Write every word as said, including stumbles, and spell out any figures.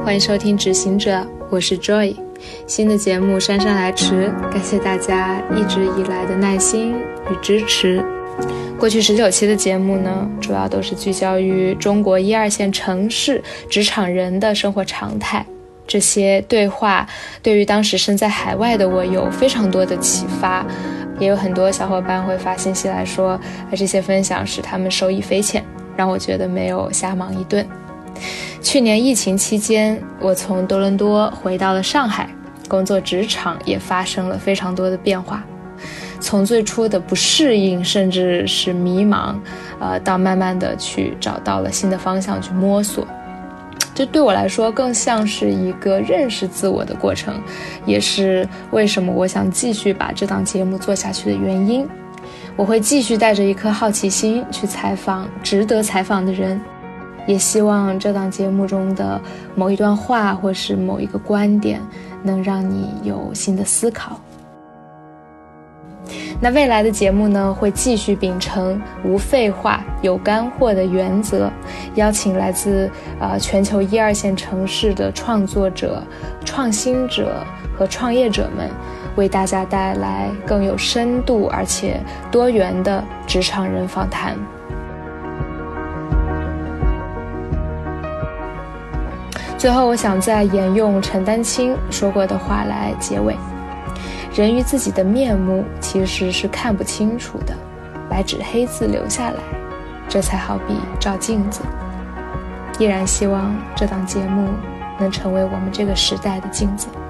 欢迎收听执行者，我是 Joy。 新的节目姗姗来迟，感谢大家一直以来的耐心与支持。过去十九期的节目呢，主要都是聚焦于中国一二线城市职场人的生活常态，这些对话对于当时身在海外的我有非常多的启发，也有很多小伙伴会发信息来说，这些分享使他们受益匪浅，让我觉得没有瞎忙一顿。去年疫情期间，我从多伦多回到了上海，工作职场也发生了非常多的变化，从最初的不适应甚至是迷茫，呃，到慢慢的去找到了新的方向去摸索。这对我来说更像是一个认识自我的过程，也是为什么我想继续把这档节目做下去的原因。我会继续带着一颗好奇心去采访值得采访的人，也希望这档节目中的某一段话或是某一个观点能让你有新的思考。那未来的节目呢，会继续秉承无废话有干货的原则，邀请来自呃全球一二线城市的创作者、创新者和创业者们，为大家带来更有深度而且多元的职场人访谈。最后，我想再沿用陈丹青说过的话来结尾：人与自己的面目其实是看不清楚的，白纸黑字留下来，这才好比照镜子。依然希望这档节目能成为我们这个时代的镜子。